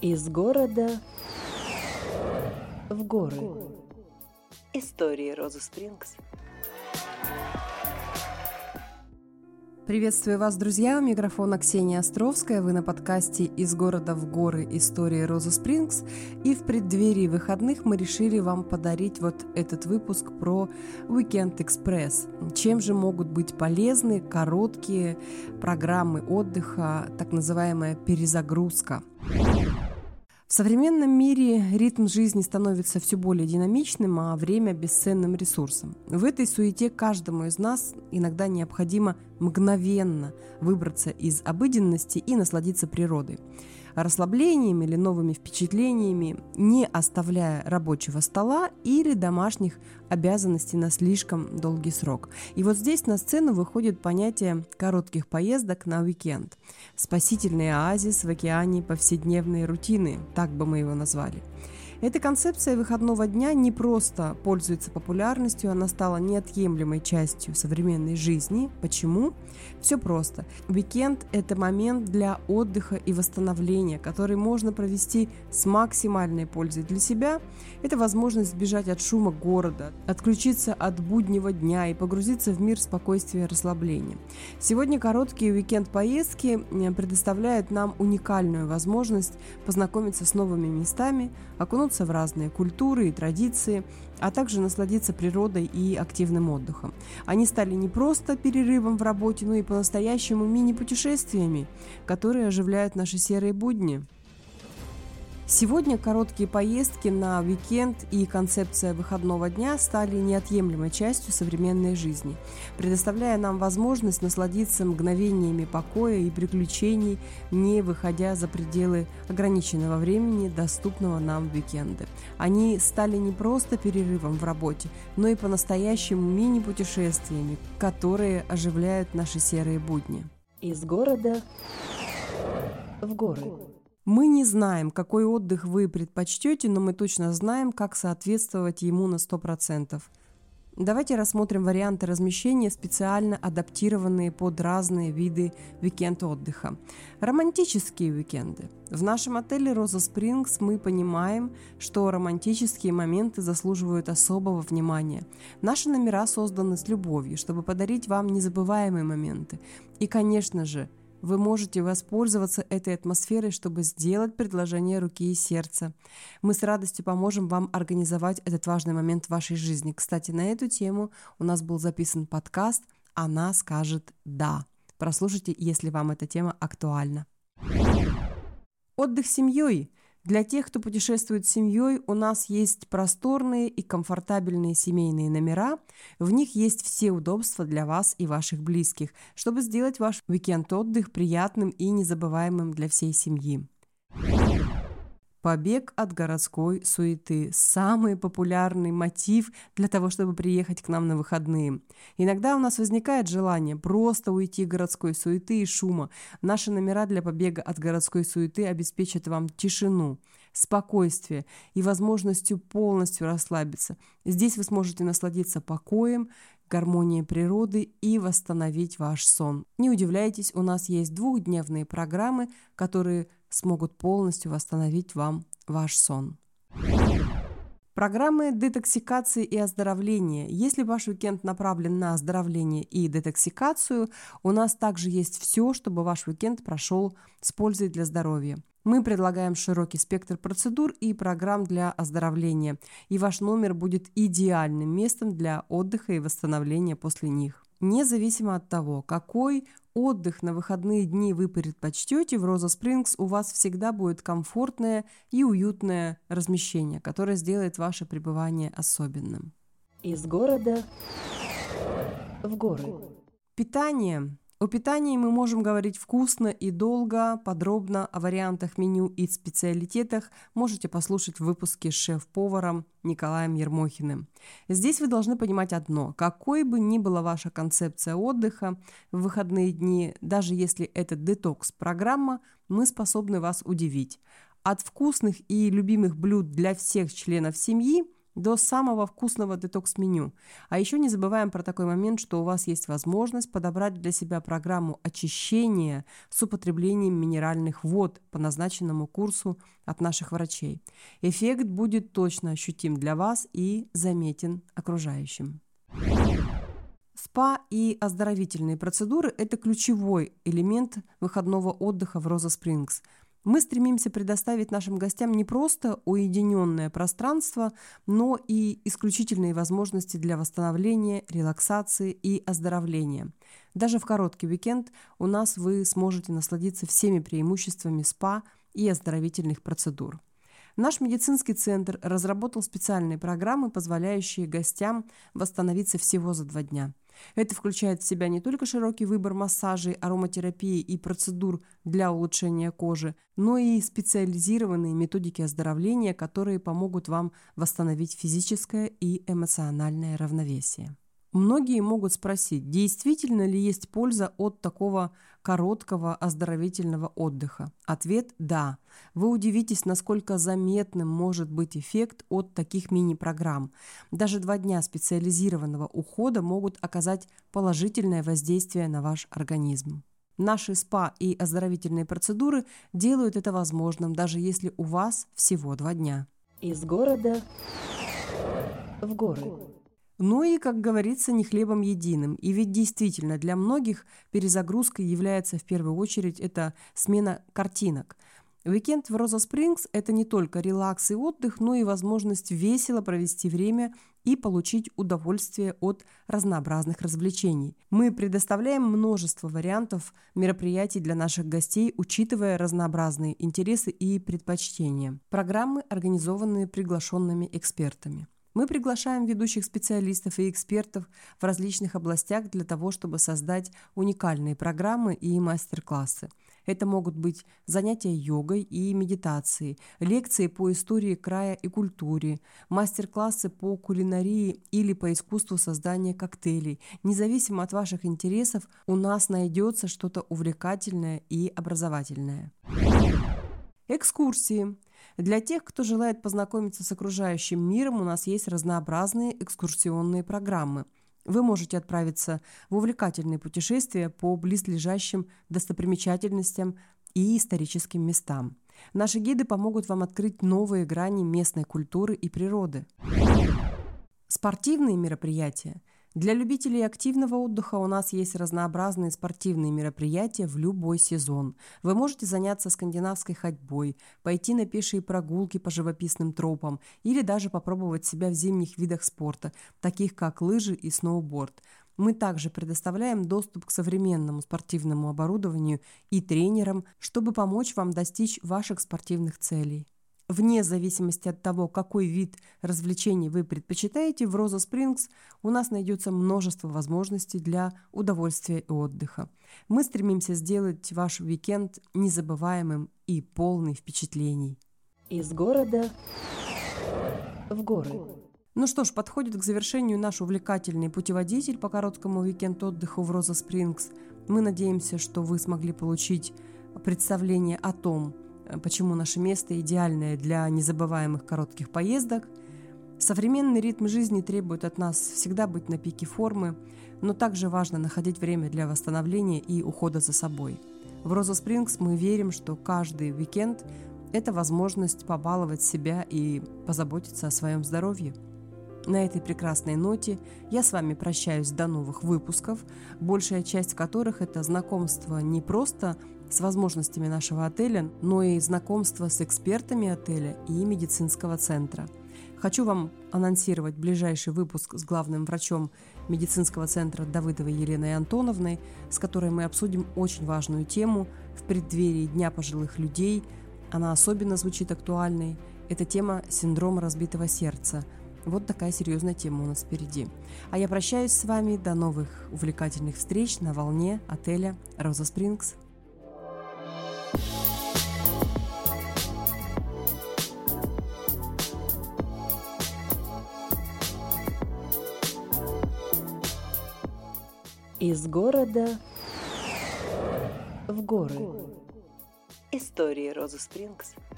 Из города в горы. Истории Розы Спрингс. Приветствую вас, друзья! У микрофона Ксения Островская. Вы на подкасте «Из города в горы. Истории Розы Спрингс». И в преддверии выходных мы решили вам подарить вот этот выпуск про Weekend Express. Чем же могут быть полезны короткие программы отдыха, так называемая перезагрузка? В современном мире ритм жизни становится все более динамичным, а время – бесценным ресурсом. В этой суете каждому из нас иногда необходимо мгновенно выбраться из обыденности и насладиться природой, расслаблением или новыми впечатлениями, не оставляя рабочего стола или домашних обязанностей на слишком долгий срок. И вот здесь на сцену выходит понятие коротких поездок на уикенд. Спасительный оазис в океане повседневной рутины, так бы мы его назвали. Эта концепция выходного дня не просто пользуется популярностью, она стала неотъемлемой частью современной жизни. Почему? Все просто. Уикенд – это момент для отдыха и восстановления, который можно провести с максимальной пользой для себя. Это возможность сбежать от шума города, отключиться от буднего дня и погрузиться в мир спокойствия и расслабления. Сегодня короткие уикенд-поездки предоставляют нам уникальную возможность познакомиться с новыми местами, окунуться в разные культуры и традиции, а также насладиться природой и активным отдыхом. Они стали не просто перерывом в работе, но и по-настоящему мини-путешествиями, которые оживляют наши серые будни. Сегодня короткие поездки на уикенд и концепция выходного дня стали неотъемлемой частью современной жизни, предоставляя нам возможность насладиться мгновениями покоя и приключений, не выходя за пределы ограниченного времени, доступного нам в уикенды. Они стали не просто перерывом в работе, но и по-настоящему мини-путешествиями, которые оживляют наши серые будни. Из города в горы. Мы не знаем, какой отдых вы предпочтете, но мы точно знаем, как соответствовать ему на 100%. Давайте рассмотрим варианты размещения, специально адаптированные под разные виды уикенд-отдыха. Романтические уикенды. В нашем отеле «Роза Спрингс» мы понимаем, что романтические моменты заслуживают особого внимания. Наши номера созданы с любовью, чтобы подарить вам незабываемые моменты. И, конечно же, вы можете воспользоваться этой атмосферой, чтобы сделать предложение руки и сердца. Мы с радостью поможем вам организовать этот важный момент в вашей жизни. Кстати, на эту тему у нас был записан подкаст «Она скажет да». Прослушайте, если вам эта тема актуальна. Отдых с семьей. Для тех, кто путешествует с семьей, у нас есть просторные и комфортабельные семейные номера. В них есть все удобства для вас и ваших близких, чтобы сделать ваш уикенд-отдых приятным и незабываемым для всей семьи. Побег от городской суеты – самый популярный мотив для того, чтобы приехать к нам на выходные. Иногда у нас возникает желание просто уйти от городской суеты и шума. Наши номера для побега от городской суеты обеспечат вам тишину, спокойствие и возможностью полностью расслабиться. Здесь вы сможете насладиться покоем, гармонией природы и восстановить ваш сон. Не удивляйтесь, у нас есть двухдневные программы, которые смогут полностью восстановить вам ваш сон. Программы детоксикации и оздоровления. Если ваш уикенд направлен на оздоровление и детоксикацию, у нас также есть все, чтобы ваш уикенд прошел с пользой для здоровья. Мы предлагаем широкий спектр процедур и программ для оздоровления, и ваш номер будет идеальным местом для отдыха и восстановления после них. Независимо от того, какой отдых на выходные дни вы предпочтете, в Роза Спрингс у вас всегда будет комфортное и уютное размещение, которое сделает ваше пребывание особенным. Из города в горы. Питание. О питании мы можем говорить вкусно и долго, подробно о вариантах меню и специалитетах можете послушать в выпуске с шеф-поваром Николаем Ермохиным. Здесь вы должны понимать одно: какой бы ни была ваша концепция отдыха в выходные дни, даже если это детокс-программа, мы способны вас удивить. От вкусных и любимых блюд для всех членов семьи до самого вкусного детокс-меню. А еще не забываем про такой момент, что у вас есть возможность подобрать для себя программу очищения с употреблением минеральных вод по назначенному курсу от наших врачей. Эффект будет точно ощутим для вас и заметен окружающим. СПА и оздоровительные процедуры – это ключевой элемент выходного отдыха в Роза Спрингс. Мы стремимся предоставить нашим гостям не просто уединенное пространство, но и исключительные возможности для восстановления, релаксации и оздоровления. Даже в короткий уикенд у нас вы сможете насладиться всеми преимуществами СПА и оздоровительных процедур. Наш медицинский центр разработал специальные программы, позволяющие гостям восстановиться всего за 2 дня. Это включает в себя не только широкий выбор массажей, ароматерапии и процедур для улучшения кожи, но и специализированные методики оздоровления, которые помогут вам восстановить физическое и эмоциональное равновесие. Многие могут спросить, действительно ли есть польза от такого короткого оздоровительного отдыха? Ответ – да. Вы удивитесь, насколько заметным может быть эффект от таких мини-программ. Даже 2 дня специализированного ухода могут оказать положительное воздействие на ваш организм. Наши СПА и оздоровительные процедуры делают это возможным, даже если у вас всего 2 дня. Из города в горы. Ну и, как говорится, не хлебом единым. И ведь действительно для многих перезагрузкой является в первую очередь это смена картинок. Уикенд в Роза Спрингс – это не только релакс и отдых, но и возможность весело провести время и получить удовольствие от разнообразных развлечений. Мы предоставляем множество вариантов мероприятий для наших гостей, учитывая разнообразные интересы и предпочтения. Программы, организованные приглашенными экспертами. Мы приглашаем ведущих специалистов и экспертов в различных областях для того, чтобы создать уникальные программы и мастер-классы. Это могут быть занятия йогой и медитацией, лекции по истории края и культуре, мастер-классы по кулинарии или по искусству создания коктейлей. Независимо от ваших интересов, у нас найдется что-то увлекательное и образовательное. Экскурсии. Для тех, кто желает познакомиться с окружающим миром, у нас есть разнообразные экскурсионные программы. Вы можете отправиться в увлекательные путешествия по близлежащим достопримечательностям и историческим местам. Наши гиды помогут вам открыть новые грани местной культуры и природы. Спортивные мероприятия. Для любителей активного отдыха у нас есть разнообразные спортивные мероприятия в любой сезон. Вы можете заняться скандинавской ходьбой, пойти на пешие прогулки по живописным тропам или даже попробовать себя в зимних видах спорта, таких как лыжи и сноуборд. Мы также предоставляем доступ к современному спортивному оборудованию и тренерам, чтобы помочь вам достичь ваших спортивных целей. Вне зависимости от того, какой вид развлечений вы предпочитаете, в Роза Спрингс у нас найдется множество возможностей для удовольствия и отдыха. Мы стремимся сделать ваш уикенд незабываемым и полный впечатлений. Из города в горы. Ну что ж, подходит к завершению наш увлекательный путеводитель по короткому уикенд-отдыху в Роза Спрингс. Мы надеемся, что вы смогли получить представление о том, почему наше место идеальное для незабываемых коротких поездок. Современный ритм жизни требует от нас всегда быть на пике формы, но также важно находить время для восстановления и ухода за собой. В Роза Спрингс мы верим, что каждый уикенд – это возможность побаловать себя и позаботиться о своем здоровье. На этой прекрасной ноте я с вами прощаюсь до новых выпусков, большая часть которых – это знакомство не просто с возможностями нашего отеля, но и знакомство с экспертами отеля и медицинского центра. Хочу вам анонсировать ближайший выпуск с главным врачом медицинского центра Давыдовой Еленой Антоновной, с которой мы обсудим очень важную тему в преддверии Дня пожилых людей. Она особенно звучит актуальной. Это тема синдрома разбитого сердца. Вот такая серьезная тема у нас впереди. А я прощаюсь с вами. До новых увлекательных встреч на волне отеля Роза Спрингс. Из города в горы. Истории Роза Спрингс.